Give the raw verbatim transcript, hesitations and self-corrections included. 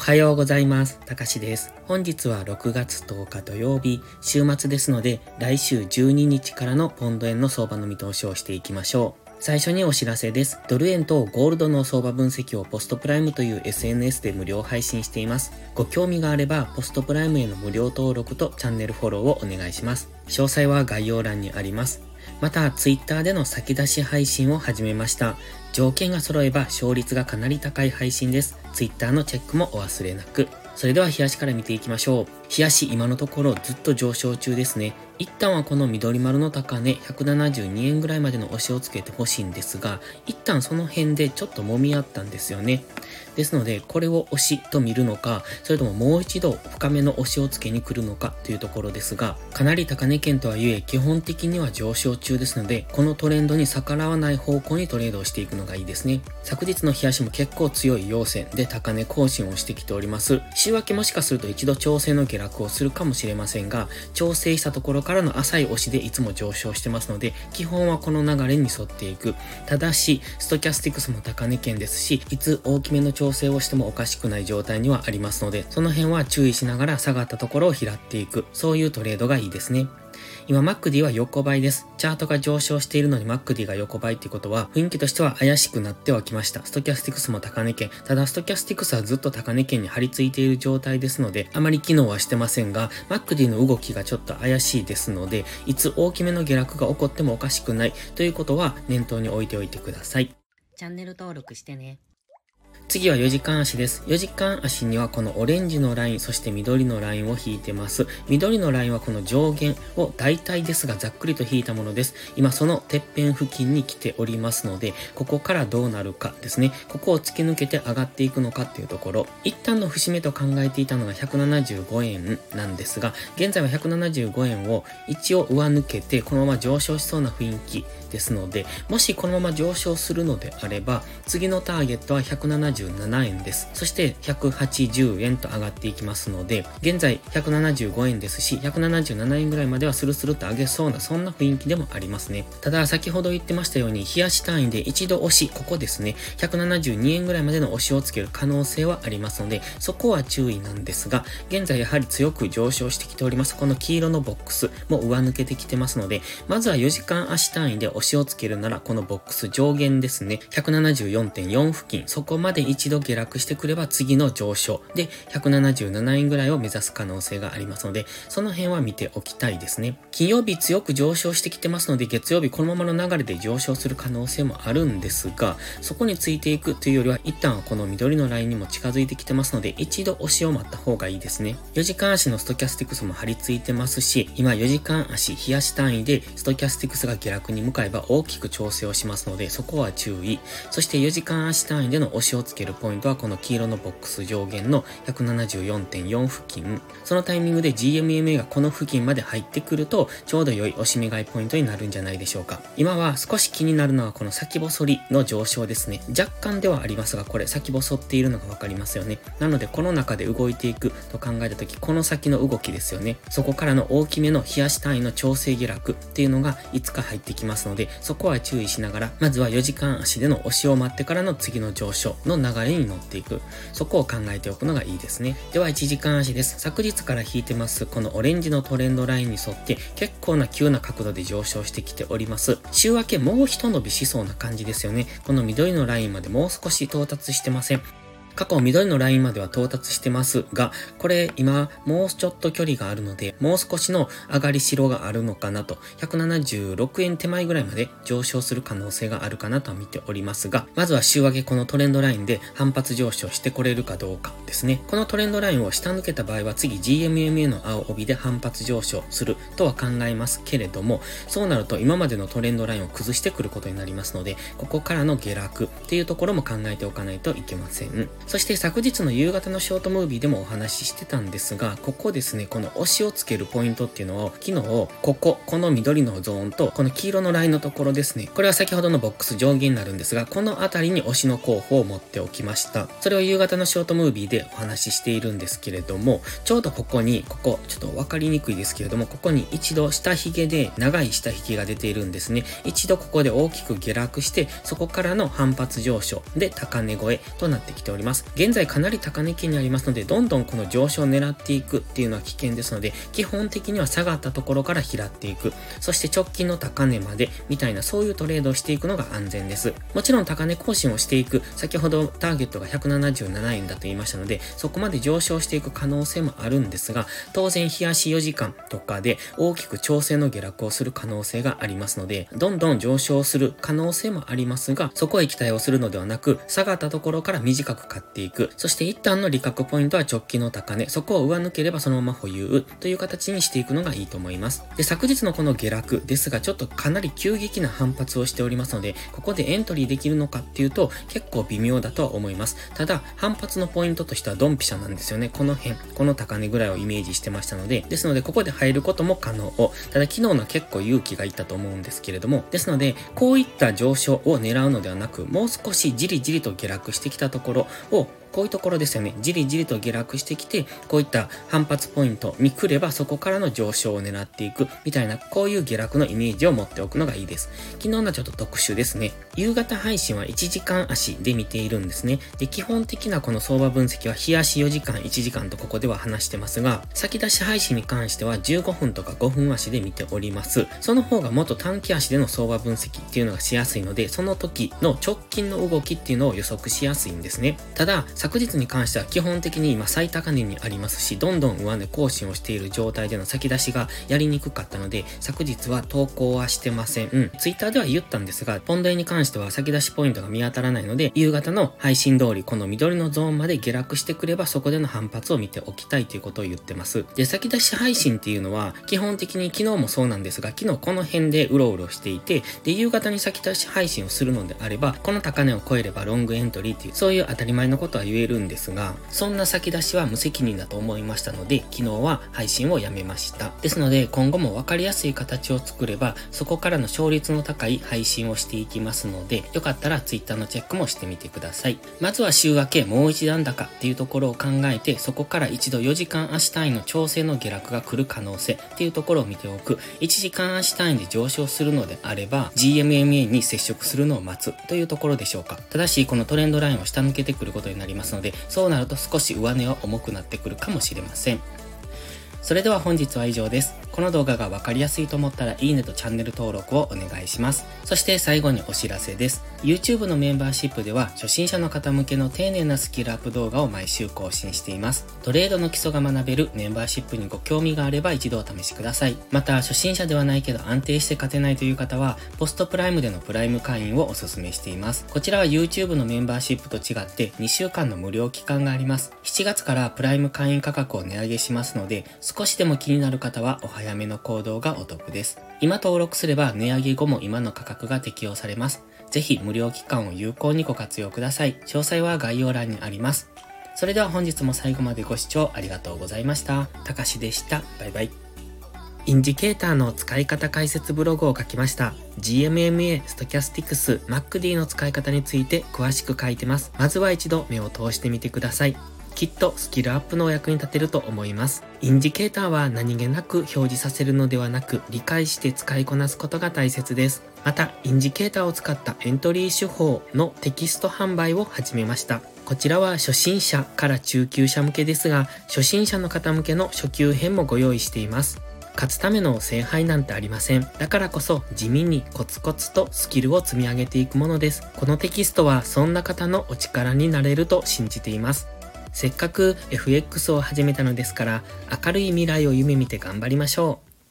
はようございます。たかしです。本日はろくがつとおか土曜日、週末ですので、来週じゅうににちからのポンド円の相場の見通しをしていきましょう。最初にお知らせです。ドル円とゴールドの相場分析をポストプライムという エスエヌエス で無料配信しています。ご興味があれば、ポストプライムへの無料登録とチャンネルフォローをお願いします。詳細は概要欄にあります。また、ツイッターでの先出し配信を始めました。条件が揃えば勝率がかなり高い配信です。ツイッターのチェックもお忘れなく。それでは冷やしから見ていきましょう。冷やし今のところずっと上昇中ですね。一旦はこの緑丸の高値ひゃくななじゅうにえんぐらいまでの押しをつけてほしいんですが、一旦その辺でちょっと揉み合ったんですよね。ですので、これを押しと見るのか、それとももう一度深めの押しをつけに来るのかというところですが、かなり高値圏とはいえ基本的には上昇中ですので、このトレンドに逆らわない方向にトレードをしていくのがいいですね。昨日の冷やしも結構強い陽線で高値更新をしてきております。週明けもしかすると一度調整の下落をするかもしれませんが、調整したところからの浅い押しでいつも上昇してますので、基本はこの流れに沿っていく。ただし、ストキャスティクスも高値圏ですし、いつ大きめの調整をしてもおかしくない状態にはありますので、その辺は注意しながら下がったところを拾っていく。そういうトレードがいいですね。今、マックディは横ばいです。チャートが上昇しているのにマックディが横ばいっていうことは、雰囲気としては怪しくなってはきました。ストキャスティクスも高値圏。ただ、ストキャスティクスはずっと高値圏に張り付いている状態ですので、あまり機能はしてませんが、マックディの動きがちょっと怪しいですので、いつ大きめの下落が起こってもおかしくないということは念頭に置いておいてください。チャンネル登録してね。次はよじかん足です。よじかん足にはこのオレンジのライン、そして緑のラインを引いてます。緑のラインはこの上限を大体ですがざっくりと引いたものです。今そのてっぺん付近に来ておりますので、ここからどうなるかですね。ここを突き抜けて上がっていくのかっていうところ。一旦の節目と考えていたのがひゃくななじゅうごえんなんですが、現在はひゃくななじゅうごえんを一応上抜けてこのまま上昇しそうな雰囲気ですので、もしこのまま上昇するのであれば、次のターゲットはひゃくななじゅうななえんです。そしてひゃくはちじゅうえんと上がっていきますので、現在ひゃくななじゅうごえんですし、ひゃくななじゅうななえんぐらいまではスルスルと上げそうな、そんな雰囲気でもありますね。ただ、先ほど言ってましたように、冷やし単位で一度押し、ここですね、ひゃくななじゅうにえんぐらいまでの押しをつける可能性はありますので、そこは注意なんですが、現在やはり強く上昇してきております。この黄色のボックスも上抜けてきてますので、まずはよじかん足単位で押しをつけるなら、このボックス上限ですね、ひゃくななじゅうよんてんよん 付近、そこまで一度下落してくれば次の上昇でひゃくななじゅうななえんぐらいを目指す可能性がありますので、その辺は見ておきたいですね。金曜日強く上昇してきてますので、月曜日このままの流れで上昇する可能性もあるんですが、そこについていくというよりは、一旦はこの緑のラインにも近づいてきてますので、一度押しを待った方がいいですね。よじかん足のストキャスティクスも張り付いてますし、今よじかん足冷やし単位でストキャスティクスが下落に向かえば大きく調整をしますので、そこは注意。そしてよじかん足単位での押しをつけるポイントはこの黄色のボックス上限の ひゃくななじゅうよんてんよん 付近。そのタイミングで ジーエムエムエー がこの付近まで入ってくると、ちょうど良い押し目買いポイントになるんじゃないでしょうか。今は少し気になるのはこの先細りの上昇ですね。若干ではありますが、これ先細っているのがわかりますよね。なのでこの中で動いていくと考えたとき、この先の動きですよね。そこからの大きめの冷やし単位の調整下落っていうのがいつか入ってきますので、そこは注意しながら、まずはよじかん足での押しを待ってからの次の上昇の流れに乗っていく。そこを考えておくのがいいですね。ではいちじかん足です。昨日から引いてますこのオレンジのトレンドラインに沿って結構な急な角度で上昇してきております。週明けもう一伸びしそうな感じですよね。この緑のラインまでもう少し到達してません。過去緑のラインまでは到達してますが、これ今もうちょっと距離があるので、もう少しの上がりしろがあるのかなと、ひゃくななじゅうろくえん手前ぐらいまで上昇する可能性があるかなとは見ておりますが、まずは週明けこのトレンドラインで反発上昇してこれるかどうかですね。このトレンドラインを下抜けた場合は次 ジーエムエムエー の青帯で反発上昇するとは考えますけれども、そうなると今までのトレンドラインを崩してくることになりますので、ここからの下落っていうところも考えておかないといけません。そして昨日の夕方のショートムービーでもお話ししてたんですが、ここですね、この押しをつけるポイントっていうのを、昨日、ここ、この緑のゾーンと、この黄色のラインのところですね。これは先ほどのボックス上限になるんですが、このあたりに押しの候補を持っておきました。それを夕方のショートムービーでお話ししているんですけれども、ちょうどここに、ここ、ちょっとわかりにくいですけれども、ここに一度下髭で長い下髭が出ているんですね。一度ここで大きく下落して、そこからの反発上昇で高値超えとなってきております。 。現在かなり高値圏にありますので、どんどんこの上昇を狙っていくっていうのは危険ですので、基本的には下がったところから拾っていく。そして直近の高値までみたいなそういうトレードをしていくのが安全です。もちろん高値更新をしていく。先ほどターゲットがひゃくななじゅうななえんだと言いましたので、そこまで上昇していく可能性もあるんですが、当然日足よじかんとかで大きく調整の下落をする可能性がありますので、どんどん上昇する可能性もありますが、そこへ期待をするのではなく、下がったところから短く買っていく。そして一旦の利確ポイントは直近の高値。そこを上抜ければそのまま保有という形にしていくのがいいと思います。で、昨日のこの下落ですが、ちょっとかなり急激な反発をしておりますので、ここでエントリーできるのかっていうと、結構微妙だとは思います。ただ、反発のポイントとしてはドンピシャなんですよね。この辺、この高値ぐらいをイメージしてましたので、ですので、ここで入ることも可能。ただ、昨日のは結構勇気がいったと思うんですけれども、ですので、こういった上昇を狙うのではなく、もう少しじりじりと下落してきたところを、こういうところですよね。じりじりと下落してきて、こういった反発ポイントに来ればそこからの上昇を狙っていくみたいな、こういう下落のイメージを持っておくのがいいです。昨日のはちょっと特殊ですね。夕方配信はいちじかん足で見ているんですね。で、基本的なこの相場分析は日足よじかん、いちじかんとここでは話してますが、先出し配信に関してはじゅうごふんとかごふん足で見ております。その方がもっと短期足での相場分析っていうのがしやすいので、その時の直近の動きっていうのを予測しやすいんですね。ただ、昨日に関しては基本的に今最高値にありますし、どんどん上値更新をしている状態での先出しがやりにくかったので、昨日は投稿はしてません。うん。ツイッターでは言ったんですが、ポンド円に関しては先出しポイントが見当たらないので、夕方の配信通りこの緑のゾーンまで下落してくればそこでの反発を見ておきたいということを言ってます。で、先出し配信っていうのは基本的に昨日もそうなんですが、昨日この辺でうろうろしていて、で、夕方に先出し配信をするのであれば、この高値を超えればロングエントリーっていう、そういう当たり前のことは言えるんですが、そんな先出しは無責任だと思いましたので、昨日は配信をやめました。ですので、今後も分かりやすい形を作れば、そこからの勝率の高い配信をしていきますので、よかったら Twitter のチェックもしてみてください。まずは週明けもう一段高っていうところを考えて、そこから一度よじかん足単位の調整の下落が来る可能性っていうところを見ておく。いちじかん足単位で上昇するのであれば、ジーエムエムエー に接触するのを待つというところでしょうか。ただし、このトレンドラインを下抜けてくることになりますので、そうなると少し上値は重くなってくるかもしれません。それでは本日は以上です。この動画がわかりやすいと思ったらいいねとチャンネル登録をお願いします。そして最後にお知らせです。YouTube のメンバーシップでは初心者の方向けの丁寧なスキルアップ動画を毎週更新しています。トレードの基礎が学べるメンバーシップにご興味があれば一度お試しください。また初心者ではないけど安定して勝てないという方はポストプライムでのプライム会員をお勧めしています。こちらは YouTube のメンバーシップと違ってにしゅうかんの無料期間があります。しちがつからプライム会員価格を値上げしますので、少しでも気になる方はお早めの行動がお得です。今登録すれば値上げ後も今の価格が適用されます。ぜひ無料期間を有効にご活用ください。詳細は概要欄にあります。それでは本日も最後までご視聴ありがとうございました。たかしでした。バイバイ。インジケーターの使い方解説ブログを書きました。ジーエムエムエー、ストキャスティクス、マックディー の使い方について詳しく書いてます。まずは一度目を通してみてください。きっとスキルアップのお役に立てると思います。インジケーターは何気なく表示させるのではなく、理解して使いこなすことが大切です。また、インジケーターを使ったエントリー手法のテキスト販売を始めました。こちらは初心者から中級者向けですが、初心者の方向けの初級編もご用意しています。勝つための聖杯なんてありません。だからこそ地味にコツコツとスキルを積み上げていくものです。このテキストはそんな方のお力になれると信じています。せっかく エフエックス を始めたのですから、明るい未来を夢見て頑張りましょう。